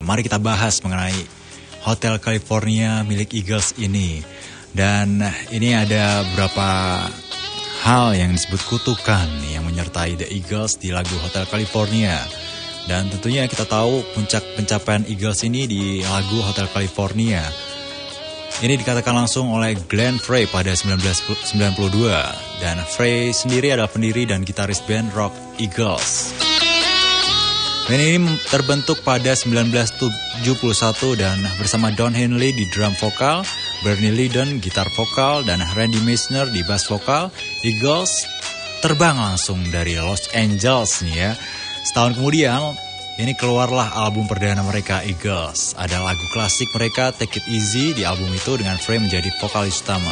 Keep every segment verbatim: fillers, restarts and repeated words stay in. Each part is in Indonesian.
mari kita bahas mengenai Hotel California milik Eagles ini. Dan ini ada beberapa hal yang disebut kutukan yang menyertai The Eagles di lagu Hotel California. Dan tentunya kita tahu puncak pencapaian Eagles ini di lagu Hotel California. Ini dikatakan langsung oleh Glenn Frey pada sembilan belas sembilan puluh dua. Dan Frey sendiri adalah pendiri dan gitaris band rock Eagles. Band ini terbentuk pada sembilan belas tujuh puluh satu dan bersama Don Henley di drum vokal, Bernie Leadon gitar vokal, dan Randy Meisner di bass vokal, Eagles terbang langsung dari Los Angeles nih ya. Setahun kemudian, ini keluarlah album perdana mereka, Eagles. Ada lagu klasik mereka, Take It Easy, di album itu dengan Frey menjadi vokalis utama.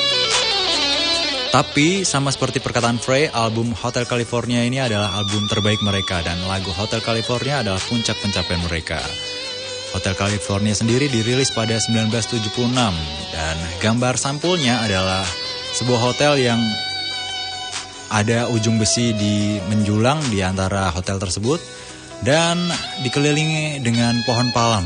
Tapi, sama seperti perkataan Frey, album Hotel California ini adalah album terbaik mereka. Dan lagu Hotel California adalah puncak pencapaian mereka. Hotel California sendiri dirilis pada sembilan belas tujuh puluh enam. Dan gambar sampulnya adalah sebuah hotel yang ada ujung besi di menjulang di antara hotel tersebut. Dan dikelilingi dengan pohon palem.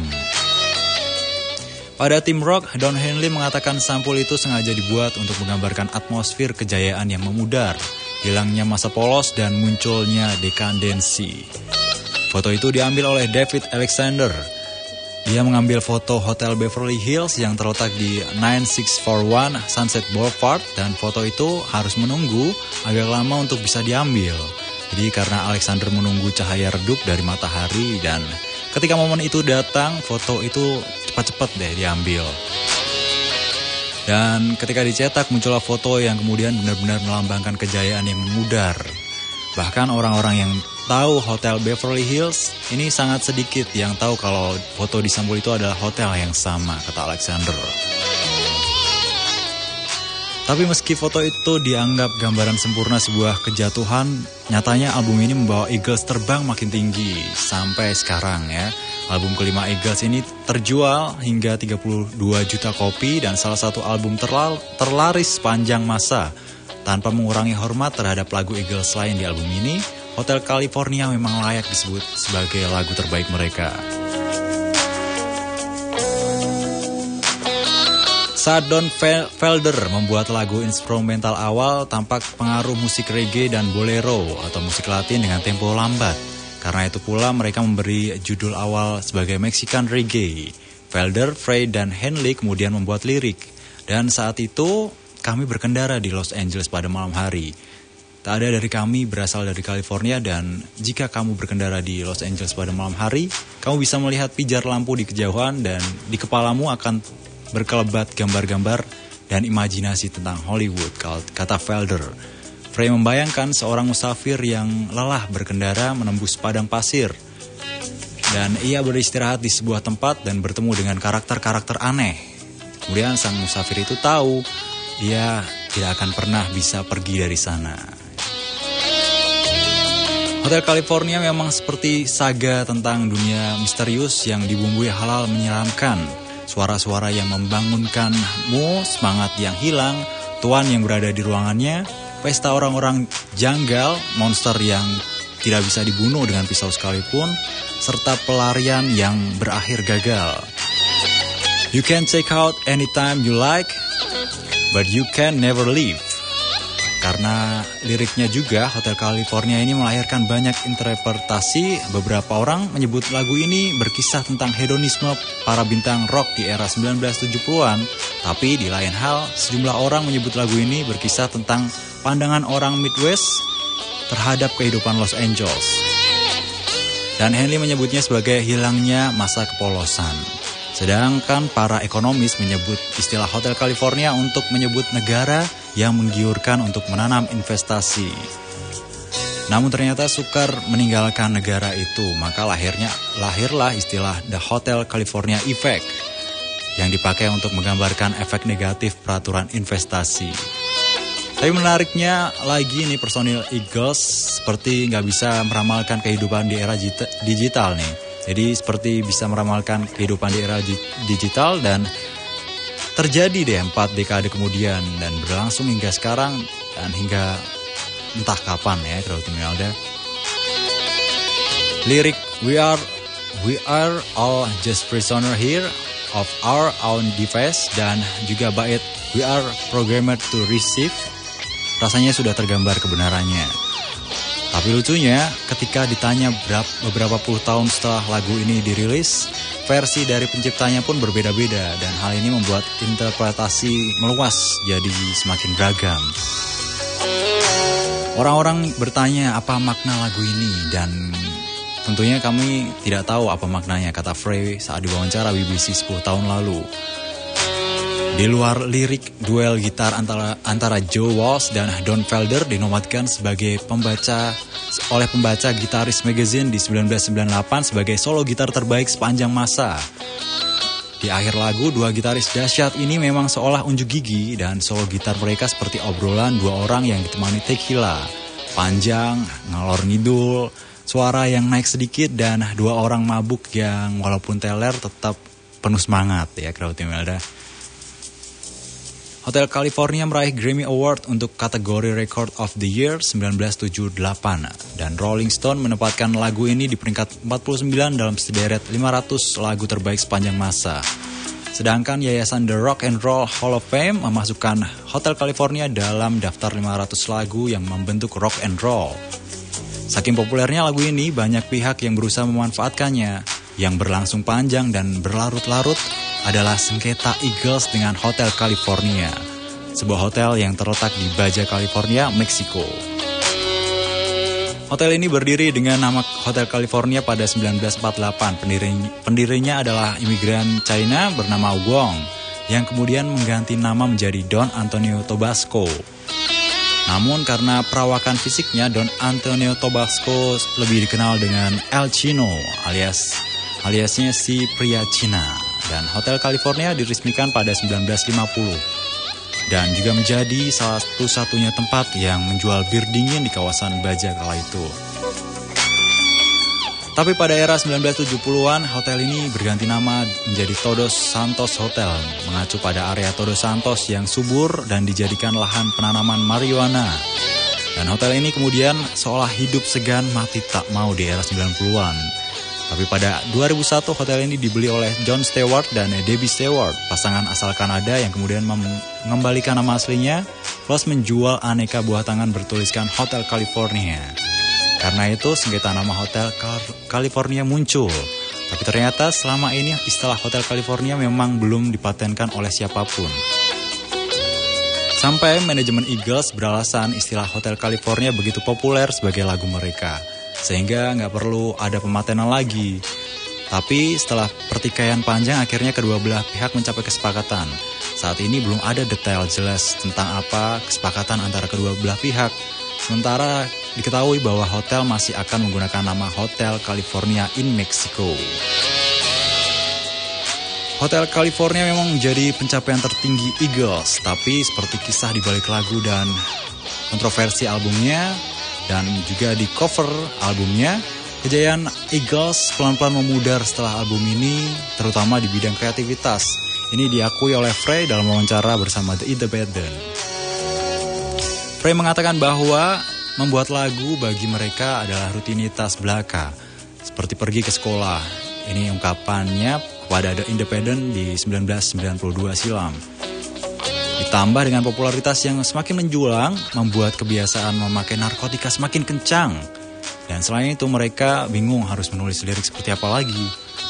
Pada tim rock, Don Henley mengatakan sampul itu sengaja dibuat untuk menggambarkan atmosfer kejayaan yang memudar, hilangnya masa polos, dan munculnya dekadensi. Foto itu diambil oleh David Alexander. Dia mengambil foto Hotel Beverly Hills yang terletak di sembilan enam empat satu Sunset Boulevard, dan foto itu harus menunggu agak lama untuk bisa diambil. Jadi karena Alexander menunggu cahaya redup dari matahari, dan ketika momen itu datang, foto itu cepat-cepat deh diambil. Dan ketika dicetak, muncullah foto yang kemudian benar-benar melambangkan kejayaan yang memudar. Bahkan orang-orang yang tahu Hotel Beverly Hills, ini sangat sedikit yang tahu kalau foto di sampul itu adalah hotel yang sama, kata Alexander. Tapi meski foto itu dianggap gambaran sempurna sebuah kejatuhan, nyatanya album ini membawa Eagles terbang makin tinggi sampai sekarang ya. Album kelima Eagles ini terjual hingga tiga puluh dua juta kopi dan salah satu album terlal, terlaris sepanjang masa. Tanpa mengurangi hormat terhadap lagu Eagles lain di album ini, Hotel California memang layak disebut sebagai lagu terbaik mereka. Saat Don Felder membuat lagu instrumental awal, tampak pengaruh musik reggae dan bolero atau musik Latin dengan tempo lambat. Karena itu pula mereka memberi judul awal sebagai Mexican Reggae. Felder, Frey, dan Henley kemudian membuat lirik. Dan saat itu kami berkendara di Los Angeles pada malam hari. Tak ada dari kami berasal dari California, dan jika kamu berkendara di Los Angeles pada malam hari, kamu bisa melihat pijar lampu di kejauhan dan di kepalamu akan berkelebat gambar-gambar dan imajinasi tentang Hollywood, kata Felder. Frey membayangkan seorang musafir yang lelah berkendara menembus padang pasir. Dan ia beristirahat di sebuah tempat dan bertemu dengan karakter-karakter aneh. Kemudian sang musafir itu tahu dia tidak akan pernah bisa pergi dari sana. Hotel California memang seperti saga tentang dunia misterius yang dibumbui hal-hal menyeramkan. Suara-suara yang membangunkanmu, semangat yang hilang, tuan yang berada di ruangannya, pesta orang-orang janggal, monster yang tidak bisa dibunuh dengan pisau sekalipun, serta pelarian yang berakhir gagal. You can check out anytime you like, but you can never leave. Karena liriknya juga, Hotel California ini melahirkan banyak interpretasi. Beberapa orang menyebut lagu ini berkisah tentang hedonisme para bintang rock di era sembilan belas tujuh puluhan. Tapi di lain hal, sejumlah orang menyebut lagu ini berkisah tentang pandangan orang Midwest terhadap kehidupan Los Angeles. Dan Henley menyebutnya sebagai hilangnya masa kepolosan. Sedangkan para ekonomis menyebut istilah Hotel California untuk menyebut negara yang menggiurkan untuk menanam investasi. Namun ternyata sukar meninggalkan negara itu, maka lahirnya lahirlah istilah The Hotel California Effect yang dipakai untuk menggambarkan efek negatif peraturan investasi. Tapi menariknya lagi nih, personil Eagles seperti nggak bisa meramalkan kehidupan di era digital nih. Jadi seperti bisa meramalkan kehidupan di era digital dan terjadi deh empat dekade kemudian dan berlangsung hingga sekarang dan hingga entah kapan ya, Crowd Imelda. Lirik We Are We Are All Just Prisoner Here of Our Own Device dan juga bait We Are Programmed to Receive, rasanya sudah tergambar kebenarannya. Tapi lucunya ketika ditanya beberapa puluh tahun setelah lagu ini dirilis, versi dari penciptanya pun berbeda-beda dan hal ini membuat interpretasi meluas jadi semakin beragam. Orang-orang bertanya apa makna lagu ini dan tentunya kami tidak tahu apa maknanya, kata Frey saat diwawancara B B C sepuluh tahun lalu. Di luar lirik, duel gitar antara, antara Joe Walsh dan Don Felder dinobatkan sebagai pembaca oleh pembaca Gitaris Magazine di sembilan belas sembilan puluh delapan sebagai solo gitar terbaik sepanjang masa. Di akhir lagu, dua gitaris dahsyat ini memang seolah unjuk gigi dan solo gitar mereka seperti obrolan dua orang yang ditemani tequila. Panjang, ngalor ngidul, suara yang naik sedikit dan dua orang mabuk yang walaupun teler tetap penuh semangat ya Crowd Imelda. Hotel California meraih Grammy Award untuk kategori Record of the Year sembilan belas tujuh puluh delapan dan Rolling Stone menempatkan lagu ini di peringkat empat puluh sembilan dalam sederet lima ratus lagu terbaik sepanjang masa. Sedangkan yayasan The Rock and Roll Hall of Fame memasukkan Hotel California dalam daftar lima ratus lagu yang membentuk rock and roll. Saking populernya lagu ini, banyak pihak yang berusaha memanfaatkannya. Yang berlangsung panjang dan berlarut-larut adalah sengketa Eagles dengan Hotel California, sebuah hotel yang terletak di Baja California, Meksiko. Hotel ini berdiri dengan nama Hotel California pada sembilan belas empat puluh delapan. Pendiri, pendirinya adalah imigran China bernama Wong, yang kemudian mengganti nama menjadi Don Antonio Tabasco. Namun karena perawakan fisiknya, Don Antonio Tabasco lebih dikenal dengan El Chino alias aliasnya si pria Cina. Dan Hotel California diresmikan pada sembilan belas lima puluh dan juga menjadi salah satu-satunya tempat yang menjual bir dingin di kawasan Baja kala itu. Tapi pada era sembilan belas tujuh puluhan, hotel ini berganti nama menjadi Todos Santos Hotel, mengacu pada area Todos Santos yang subur dan dijadikan lahan penanaman marijuana. Dan hotel ini kemudian seolah hidup segan mati tak mau di era sembilan puluhan. Tapi pada dua ribu satu hotel ini dibeli oleh John Stewart dan Debbie Stewart, pasangan asal Kanada yang kemudian mengembalikan nama aslinya plus menjual aneka buah tangan bertuliskan Hotel California. Karena itu sengketa nama Hotel California muncul. Tapi ternyata selama ini istilah Hotel California memang belum dipatenkan oleh siapapun. Sampai manajemen Eagles beralasan istilah Hotel California begitu populer sebagai lagu mereka, sehingga nggak perlu ada pematenan lagi. Tapi setelah pertikaian panjang, akhirnya kedua belah pihak mencapai kesepakatan. Saat ini belum ada detail jelas tentang apa kesepakatan antara kedua belah pihak. Sementara diketahui bahwa hotel masih akan menggunakan nama Hotel California in Mexico. Hotel California memang menjadi pencapaian tertinggi Eagles, tapi seperti kisah di balik lagu dan kontroversi albumnya, dan juga di cover albumnya, kejayaan Eagles pelan-pelan memudar setelah album ini, terutama di bidang kreativitas. Ini diakui oleh Frey dalam wawancara bersama The Independent. Frey mengatakan bahwa membuat lagu bagi mereka adalah rutinitas belaka, seperti pergi ke sekolah. Ini ungkapannya kepada The Independent di sembilan belas sembilan puluh dua silam. Ditambah dengan popularitas yang semakin menjulang, membuat kebiasaan memakai narkotika semakin kencang. Dan selain itu mereka bingung harus menulis lirik seperti apa lagi.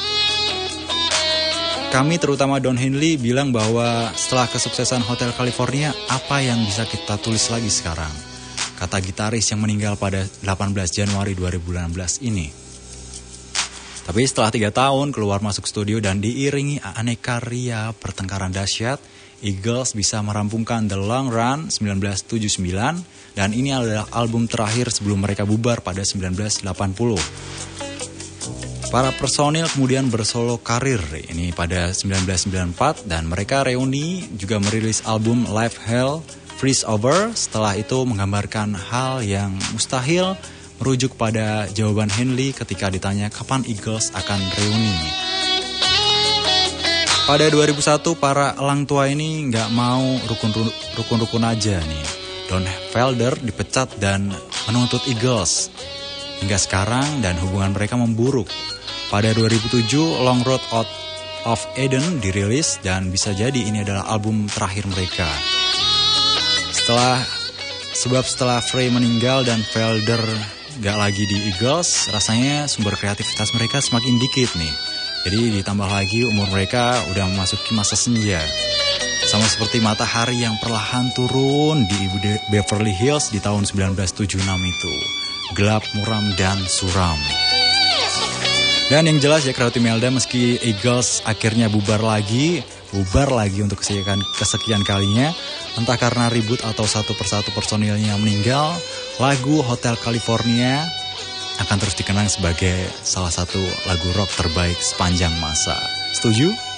Kami terutama Don Henley bilang bahwa setelah kesuksesan Hotel California, apa yang bisa kita tulis lagi sekarang? Kata gitaris yang meninggal pada delapan belas Januari dua ribu enam belas ini. Tapi setelah tiga tahun keluar masuk studio dan diiringi aneka ria pertengkaran dahsyat, Eagles bisa merampungkan The Long Run sembilan belas tujuh puluh sembilan dan ini adalah album terakhir sebelum mereka bubar pada sembilan belas delapan puluh. Para personil kemudian bersolo karir ini pada sembilan belas sembilan puluh empat dan mereka reuni juga merilis album Live Hell Freeze Over. Setelah itu menggambarkan hal yang mustahil, merujuk pada jawaban Henley ketika ditanya kapan Eagles akan reuni. Pada dua ribu satu, para elang tua ini nggak mau rukun-rukun aja nih. Don Felder dipecat dan menuntut Eagles. Hingga sekarang dan hubungan mereka memburuk. Pada dua ribu tujuh, Long Road Out of Eden dirilis dan bisa jadi ini adalah album terakhir mereka. Setelah sebab setelah Frey meninggal dan Felder gak lagi di Eagles, rasanya sumber kreativitas mereka semakin dikit nih. Jadi ditambah lagi umur mereka udah memasuki masa senja. Sama seperti matahari yang perlahan turun di ibu Beverly Hills di tahun sembilan belas tujuh puluh enam itu. Gelap, muram, dan suram. Dan yang jelas ya Crowd Imelda, meski Eagles akhirnya bubar lagi, bubar lagi untuk kesekian, kesekian kalinya, entah karena ribut atau satu persatu personilnya meninggal, lagu Hotel California akan terus dikenang sebagai salah satu lagu rock terbaik sepanjang masa. Setuju?